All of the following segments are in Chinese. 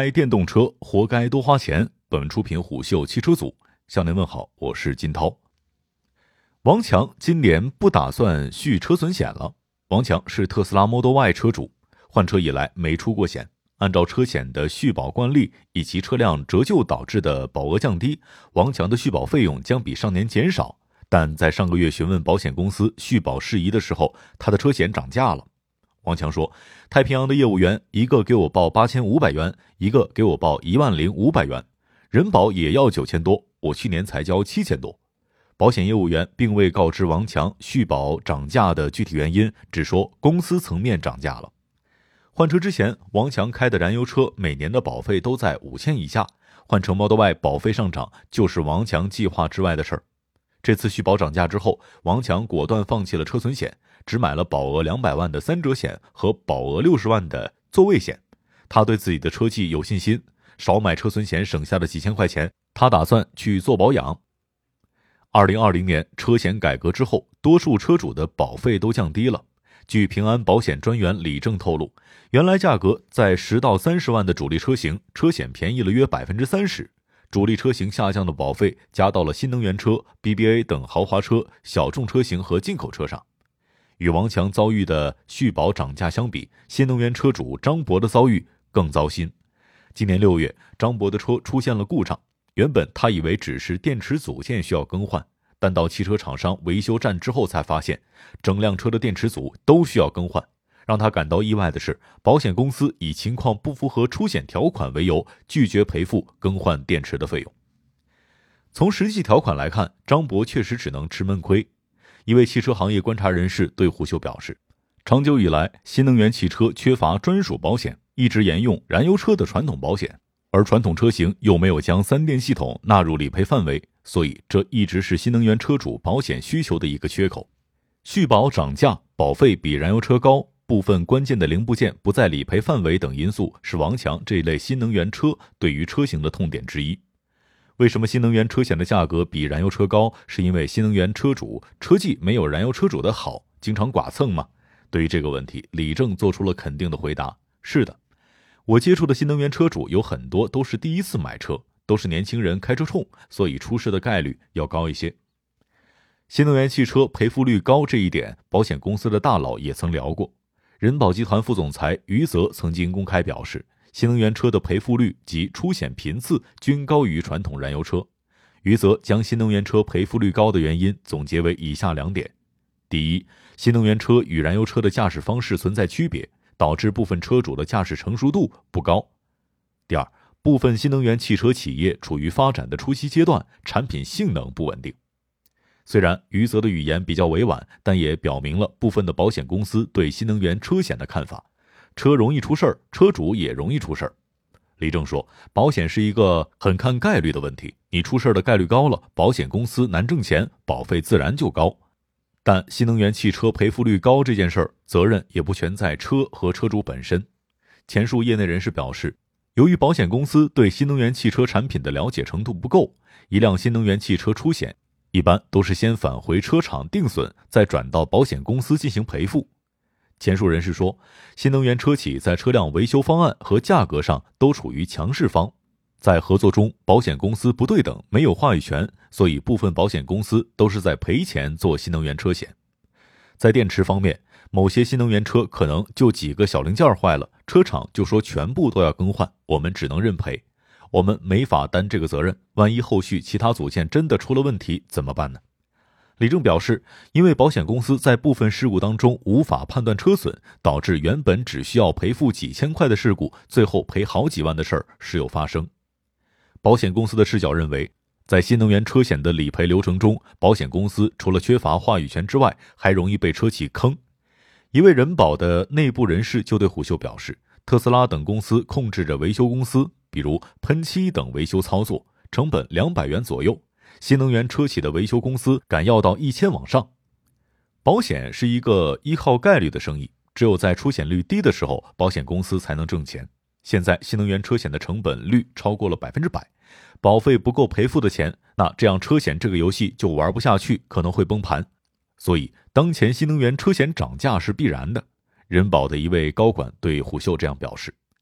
开电动车活该多花钱。本文出品虎嗅汽车组，向您问好，我是金涛。王强今年不打算续车损险了。王强是特斯拉 Model Y 车主，换车以来没出过险。按照车险的续保惯例以及车辆折旧导致的保额降低，王强的续保费用将比上年减少。但在上个月询问保险公司续保事宜的时候，他的车险涨价了。王强说，太平洋的业务员一个给我报8500元，一个给我报10500元，人保也要9000多，我去年才交7000多。保险业务员并未告知王强续保涨价的具体原因，只说公司层面涨价了。换车之前，王强开的燃油车每年的保费都在5000以下，换成 Model Y 保费上涨就是王强计划之外的事儿。这次续保涨价之后，王强果断放弃了车损险，只买了保额200万的3者险和保额60万的座位险。他对自己的车技有信心，少买车损险省下的几千块钱，他打算去做保养。2020年车险改革之后，多数车主的保费都降低了。据平安保险专员李正透露，原来价格在10到30万的主力车型，车险便宜了约 30%。主力车型下降的保费加到了新能源车、BBA 等豪华车、小众车型和进口车上。与王强遭遇的续保涨价相比，新能源车主张博的遭遇更糟心。今年6月，张博的车出现了故障，原本他以为只是电池组件需要更换，但到汽车厂商维修站之后才发现，整辆车的电池组都需要更换。让他感到意外的是，保险公司以情况不符合出险条款为由，拒绝赔付更换电池的费用。从实际条款来看，张博确实只能吃闷亏。一位汽车行业观察人士对虎嗅表示，长久以来，新能源汽车缺乏专属保险，一直沿用燃油车的传统保险，而传统车型又没有将3电系统纳入理赔范围，所以这一直是新能源车主保险需求的一个缺口。续保涨价，保费比燃油车高，部分关键的零部件不在理赔范围等因素，是王强这一类新能源车对于车型的痛点之一。为什么新能源车险的价格比燃油车高？是因为新能源车主车技没有燃油车主的好，经常剐蹭吗？对于这个问题，李正做出了肯定的回答。是的，我接触的新能源车主有很多都是第一次买车，都是年轻人开车冲，所以出事的概率要高一些。新能源汽车赔付率高这一点，保险公司的大佬也曾聊过。人保集团副总裁余泽曾经公开表示，新能源车的赔付率及出险频次均高于传统燃油车。余泽将新能源车赔付率高的原因总结为以下2点：第一，新能源车与燃油车的驾驶方式存在区别，导致部分车主的驾驶成熟度不高；第二，部分新能源汽车企业处于发展的初期阶段，产品性能不稳定。虽然余泽的语言比较委婉，但也表明了部分的保险公司对新能源车险的看法：车容易出事儿，车主也容易出事儿。李正说，保险是一个很看概率的问题，你出事儿的概率高了，保险公司难挣钱，保费自然就高。但新能源汽车赔付率高这件事儿，责任也不全在车和车主本身。前述业内人士表示，由于保险公司对新能源汽车产品的了解程度不够，一辆新能源汽车出险一般都是先返回车厂定损，再转到保险公司进行赔付。前述人士说，新能源车企在车辆维修方案和价格上都处于强势方，在合作中保险公司不对等，没有话语权，所以部分保险公司都是在赔钱做新能源车险。在电池方面，某些新能源车可能就几个小零件坏了，车厂就说全部都要更换，我们只能认赔。我们没法担这个责任，万一后续其他组件真的出了问题怎么办呢？李正表示，因为保险公司在部分事故当中无法判断车损，导致原本只需要赔付几千块的事故，最后赔好几万的事儿时有发生。保险公司的视角认为，在新能源车险的理赔流程中，保险公司除了缺乏话语权之外，还容易被车企坑。一位人保的内部人士就对虎嗅表示，特斯拉等公司控制着维修公司，比如喷漆等维修操作，成本200元左右，新能源车企的维修公司敢要到1000往上。保险是一个依靠概率的生意，只有在出险率低的时候，保险公司才能挣钱。现在新能源车险的成本率超过了100%，保费不够赔付的钱，那这样车险这个游戏就玩不下去，可能会崩盘。所以当前新能源车险涨价是必然的。人保的一位高管对虎嗅这样表示。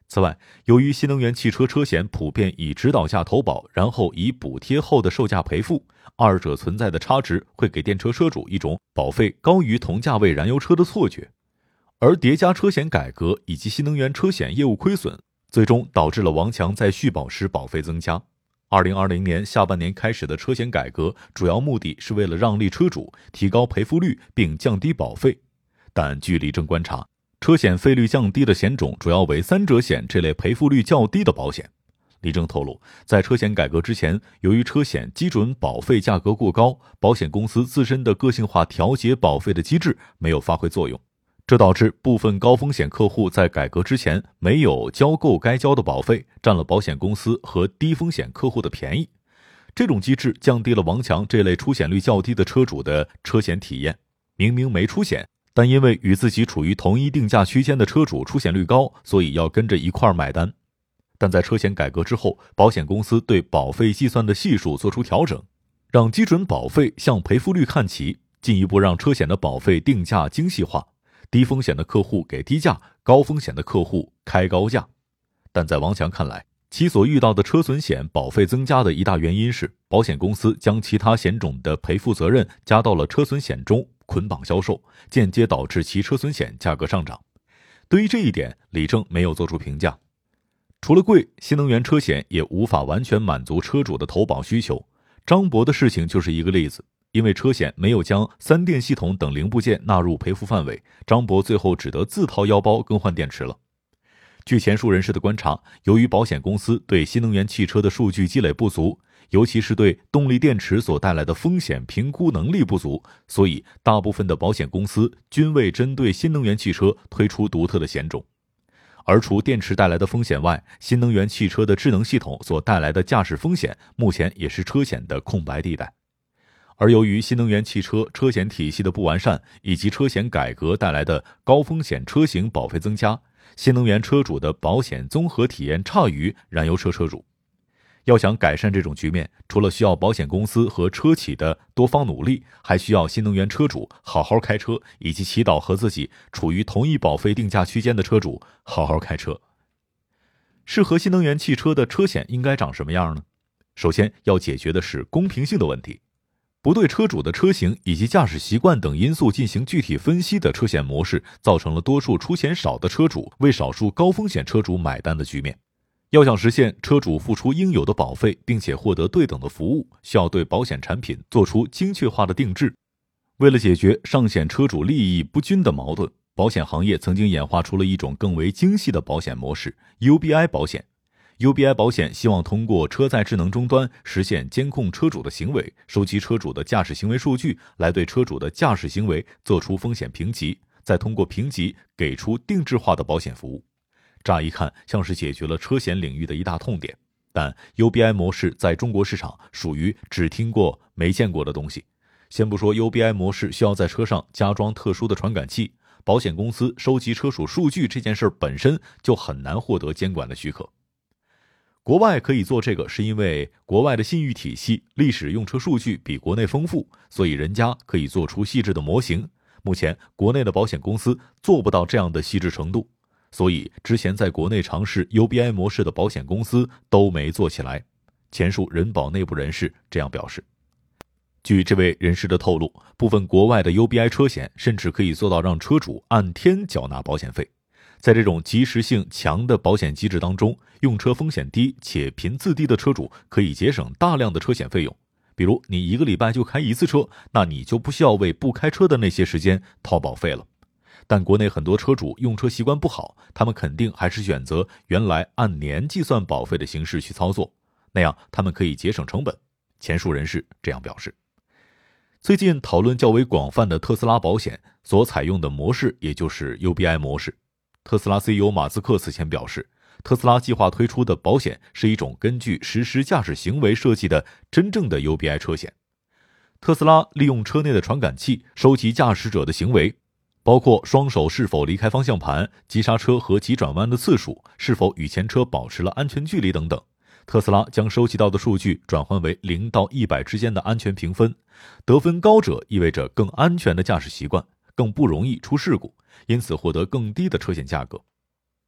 此外，由于新能源汽车车险普遍以指导价投保，然后以补贴后的售价赔付，二者存在的差值会给电车车主一种保费高于同价位燃油车的错觉。而叠加车险改革以及新能源车险业务亏损，最终导致了王强在续保时保费增加。2020年下半年开始的车险改革，主要目的是为了让利车主，提高赔付率并降低保费。但据李正观察，车险费率降低的险种主要为三者险这类赔付率较低的保险。李正透露，在车险改革之前，由于车险基准保费价格过高，保险公司自身的个性化调节保费的机制没有发挥作用，这导致部分高风险客户在改革之前没有交够该交的保费，占了保险公司和低风险客户的便宜。这种机制降低了王强这类出险率较低的车主的车险体验。明明没出险，但因为与自己处于同一定价区间的车主出险率高，所以要跟着一块买单。但在车险改革之后，保险公司对保费计算的系数做出调整，让基准保费向赔付率看齐，进一步让车险的保费定价精细化，低风险的客户给低价，高风险的客户开高价。但在王强看来，其所遇到的车损险保费增加的一大原因是，保险公司将其他险种的赔付责任加到了车损险中，捆绑销售，间接导致其车损险价格上涨。对于这一点，李正没有做出评价。除了贵，新能源车险也无法完全满足车主的投保需求。张博的事情就是一个例子，因为车险没有将三电系统等零部件纳入赔付范围，张博最后只得自掏腰包更换电池了。据前述人士的观察，由于保险公司对新能源汽车的数据积累不足，尤其是对动力电池所带来的风险评估能力不足，所以大部分的保险公司均未针对新能源汽车推出独特的险种。而除电池带来的风险外，新能源汽车的智能系统所带来的驾驶风险，目前也是车险的空白地带。而由于新能源汽车车险体系的不完善，以及车险改革带来的高风险车型保费增加，新能源车主的保险综合体验差于燃油车车主。要想改善这种局面，除了需要保险公司和车企的多方努力，还需要新能源车主好好开车，以及祈祷和自己处于同一保费定价区间的车主好好开车。适合新能源汽车的车险应该长什么样呢？首先要解决的是公平性的问题。不对车主的车型以及驾驶习惯等因素进行具体分析的车险模式，造成了多数出险少的车主为少数高风险车主买单的局面。要想实现车主付出应有的保费，并且获得对等的服务，需要对保险产品做出精确化的定制。为了解决上险车主利益不均的矛盾，保险行业曾经演化出了一种更为精细的保险模式 UBI 保险。UBI 保险希望通过车载智能终端实现监控车主的行为，收集车主的驾驶行为数据，来对车主的驾驶行为做出风险评级，再通过评级给出定制化的保险服务。乍一看像是解决了车险领域的一大痛点，但 UBI 模式在中国市场属于只听过没见过的东西。先不说 UBI 模式需要在车上加装特殊的传感器，保险公司收集车主数据这件事本身就很难获得监管的许可。国外可以做这个，是因为国外的信誉体系、历史用车数据比国内丰富，所以人家可以做出细致的模型。目前国内的保险公司做不到这样的细致程度，所以之前在国内尝试 UBI 模式的保险公司都没做起来。前述人保内部人士这样表示。据这位人士的透露，部分国外的 UBI 车险甚至可以做到让车主按天缴纳保险费。在这种及时性强的保险机制当中，用车风险低且频次低的车主可以节省大量的车险费用。比如你一个礼拜就开一次车，那你就不需要为不开车的那些时间掏保费了。但国内很多车主用车习惯不好，他们肯定还是选择原来按年计算保费的形式去操作，那样他们可以节省成本。前述人士这样表示。最近讨论较为广泛的特斯拉保险所采用的模式，也就是 UBI 模式。特斯拉 CEO 马斯克此前表示，特斯拉计划推出的保险是一种根据实时驾驶行为设计的真正的 UBI 车险。特斯拉利用车内的传感器收集驾驶者的行为，包括双手是否离开方向盘、急刹车和急转弯的次数、是否与前车保持了安全距离等等。特斯拉将收集到的数据转换为0到100之间的安全评分，得分高者意味着更安全的驾驶习惯，更不容易出事故，因此获得更低的车险价格。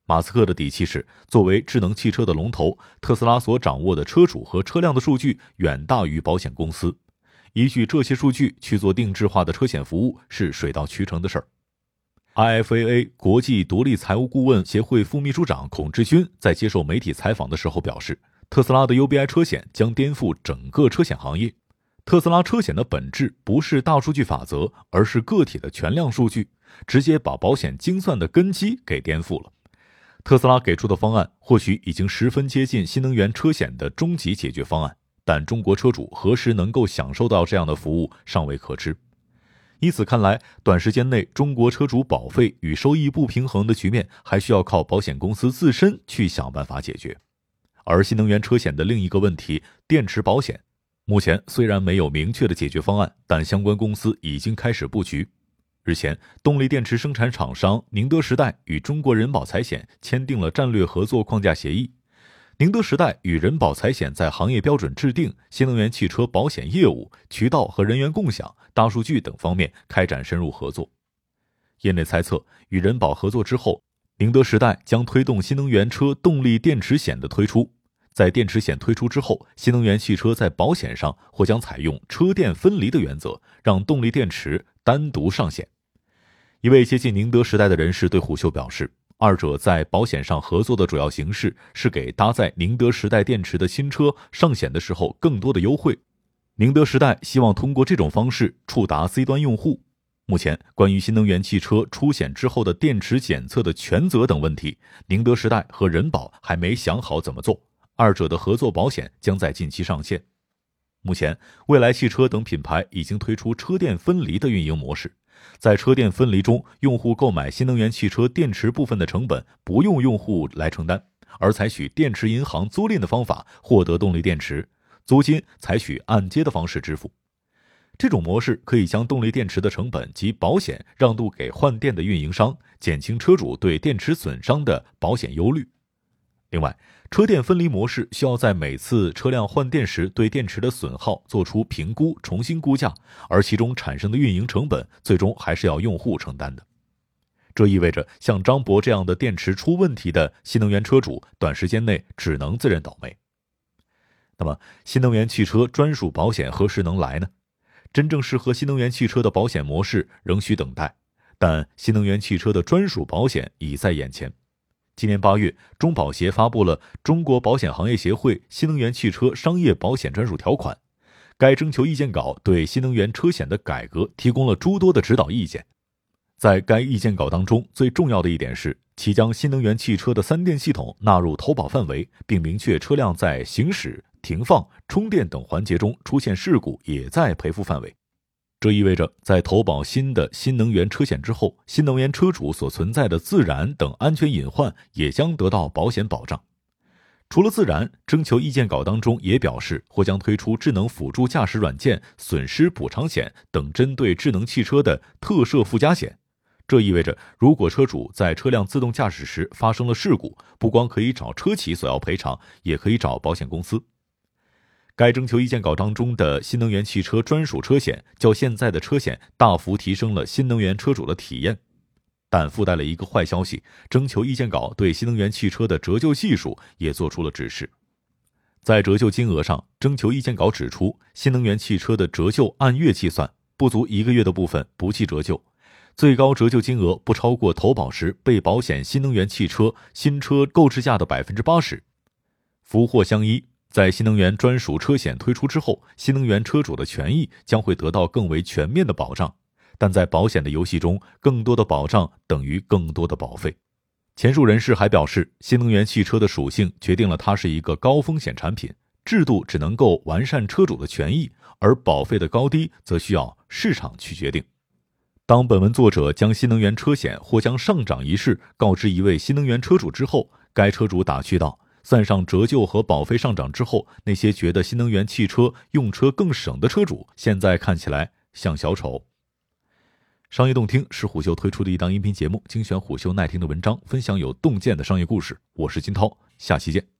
马斯克的底气是，作为智能汽车的龙头，特斯拉所掌握的车主和车辆的数据远大于保险公司，依据这些数据去做定制化的车险服务是水到渠成的事儿。IFAA 国际独立财务顾问协会副秘书长孔志勋在接受媒体采访的时候表示，特斯拉的 UBI 车险将颠覆整个车险行业。特斯拉车险的本质不是大数据法则，而是个体的全量数据，直接把保险精算的根基给颠覆了。特斯拉给出的方案或许已经十分接近新能源车险的终极解决方案，但中国车主何时能够享受到这样的服务尚未可知。以此看来，短时间内中国车主保费与收益不平衡的局面还需要靠保险公司自身去想办法解决。而新能源车险的另一个问题，电池保险，目前虽然没有明确的解决方案，但相关公司已经开始布局。日前，动力电池生产厂商宁德时代与中国人保财险签订了战略合作框架协议。宁德时代与人保财险在行业标准制定、新能源汽车保险业务、渠道和人员共享、大数据等方面开展深入合作。业内猜测，与人保合作之后，宁德时代将推动新能源车动力电池险的推出。在电池险推出之后，新能源汽车在保险上或将采用车电分离的原则，让动力电池单独上险。一位接近宁德时代的人士对虎嗅表示，二者在保险上合作的主要形式是给搭载宁德时代电池的新车上险的时候更多的优惠。宁德时代希望通过这种方式触达 C 端用户。目前，关于新能源汽车出险之后的电池检测的权责等问题，宁德时代和人保还没想好怎么做，二者的合作保险将在近期上线。目前，蔚来汽车等品牌已经推出车电分离的运营模式。在车电分离中，用户购买新能源汽车电池部分的成本不用用户来承担，而采取电池银行租赁的方法获得动力电池，租金采取按揭的方式支付。这种模式可以将动力电池的成本及保险让渡给换电的运营商，减轻车主对电池损伤的保险忧虑。另外，车电分离模式需要在每次车辆换电时对电池的损耗做出评估，重新估价，而其中产生的运营成本最终还是要用户承担的。这意味着像张博这样的电池出问题的新能源车主，短时间内只能自认倒霉。那么，新能源汽车专属保险何时能来呢？真正适合新能源汽车的保险模式仍需等待，但新能源汽车的专属保险已在眼前。今年8月，中保协发布了中国保险行业协会新能源汽车商业保险专属条款。该征求意见稿对新能源车险的改革提供了诸多的指导意见。在该意见稿当中，最重要的一点是，其将新能源汽车的3电系统纳入投保范围，并明确车辆在行驶、停放、充电等环节中出现事故也在赔付范围。这意味着，在投保新的新能源车险之后，新能源车主所存在的自燃等安全隐患也将得到保险保障。除了自燃，征求意见稿当中也表示，或将推出智能辅助驾驶软件、损失补偿险等针对智能汽车的特设附加险。这意味着，如果车主在车辆自动驾驶时发生了事故，不光可以找车企索要赔偿，也可以找保险公司。该征求意见稿当中的新能源汽车专属车险较现在的车险大幅提升了新能源车主的体验，但附带了一个坏消息，征求意见稿对新能源汽车的折旧系数也做出了指示。在折旧金额上，征求意见稿指出，新能源汽车的折旧按月计算，不足1个月的部分不计折旧，最高折旧金额不超过投保时被保险新能源汽车新车购置价的 80%。 福祸相依，在新能源专属车险推出之后，新能源车主的权益将会得到更为全面的保障，但在保险的游戏中，更多的保障等于更多的保费。前述人士还表示，新能源汽车的属性决定了它是一个高风险产品，制度只能够完善车主的权益，而保费的高低则需要市场去决定。当本文作者将新能源车险或将上涨一事告知一位新能源车主之后，该车主打趣道，算上折旧和保费上涨之后，那些觉得新能源汽车用车更省的车主，现在看起来像小丑。商业洞听是虎嗅推出的一档音频节目，精选虎嗅耐听的文章，分享有洞见的商业故事。我是金涛，下期见。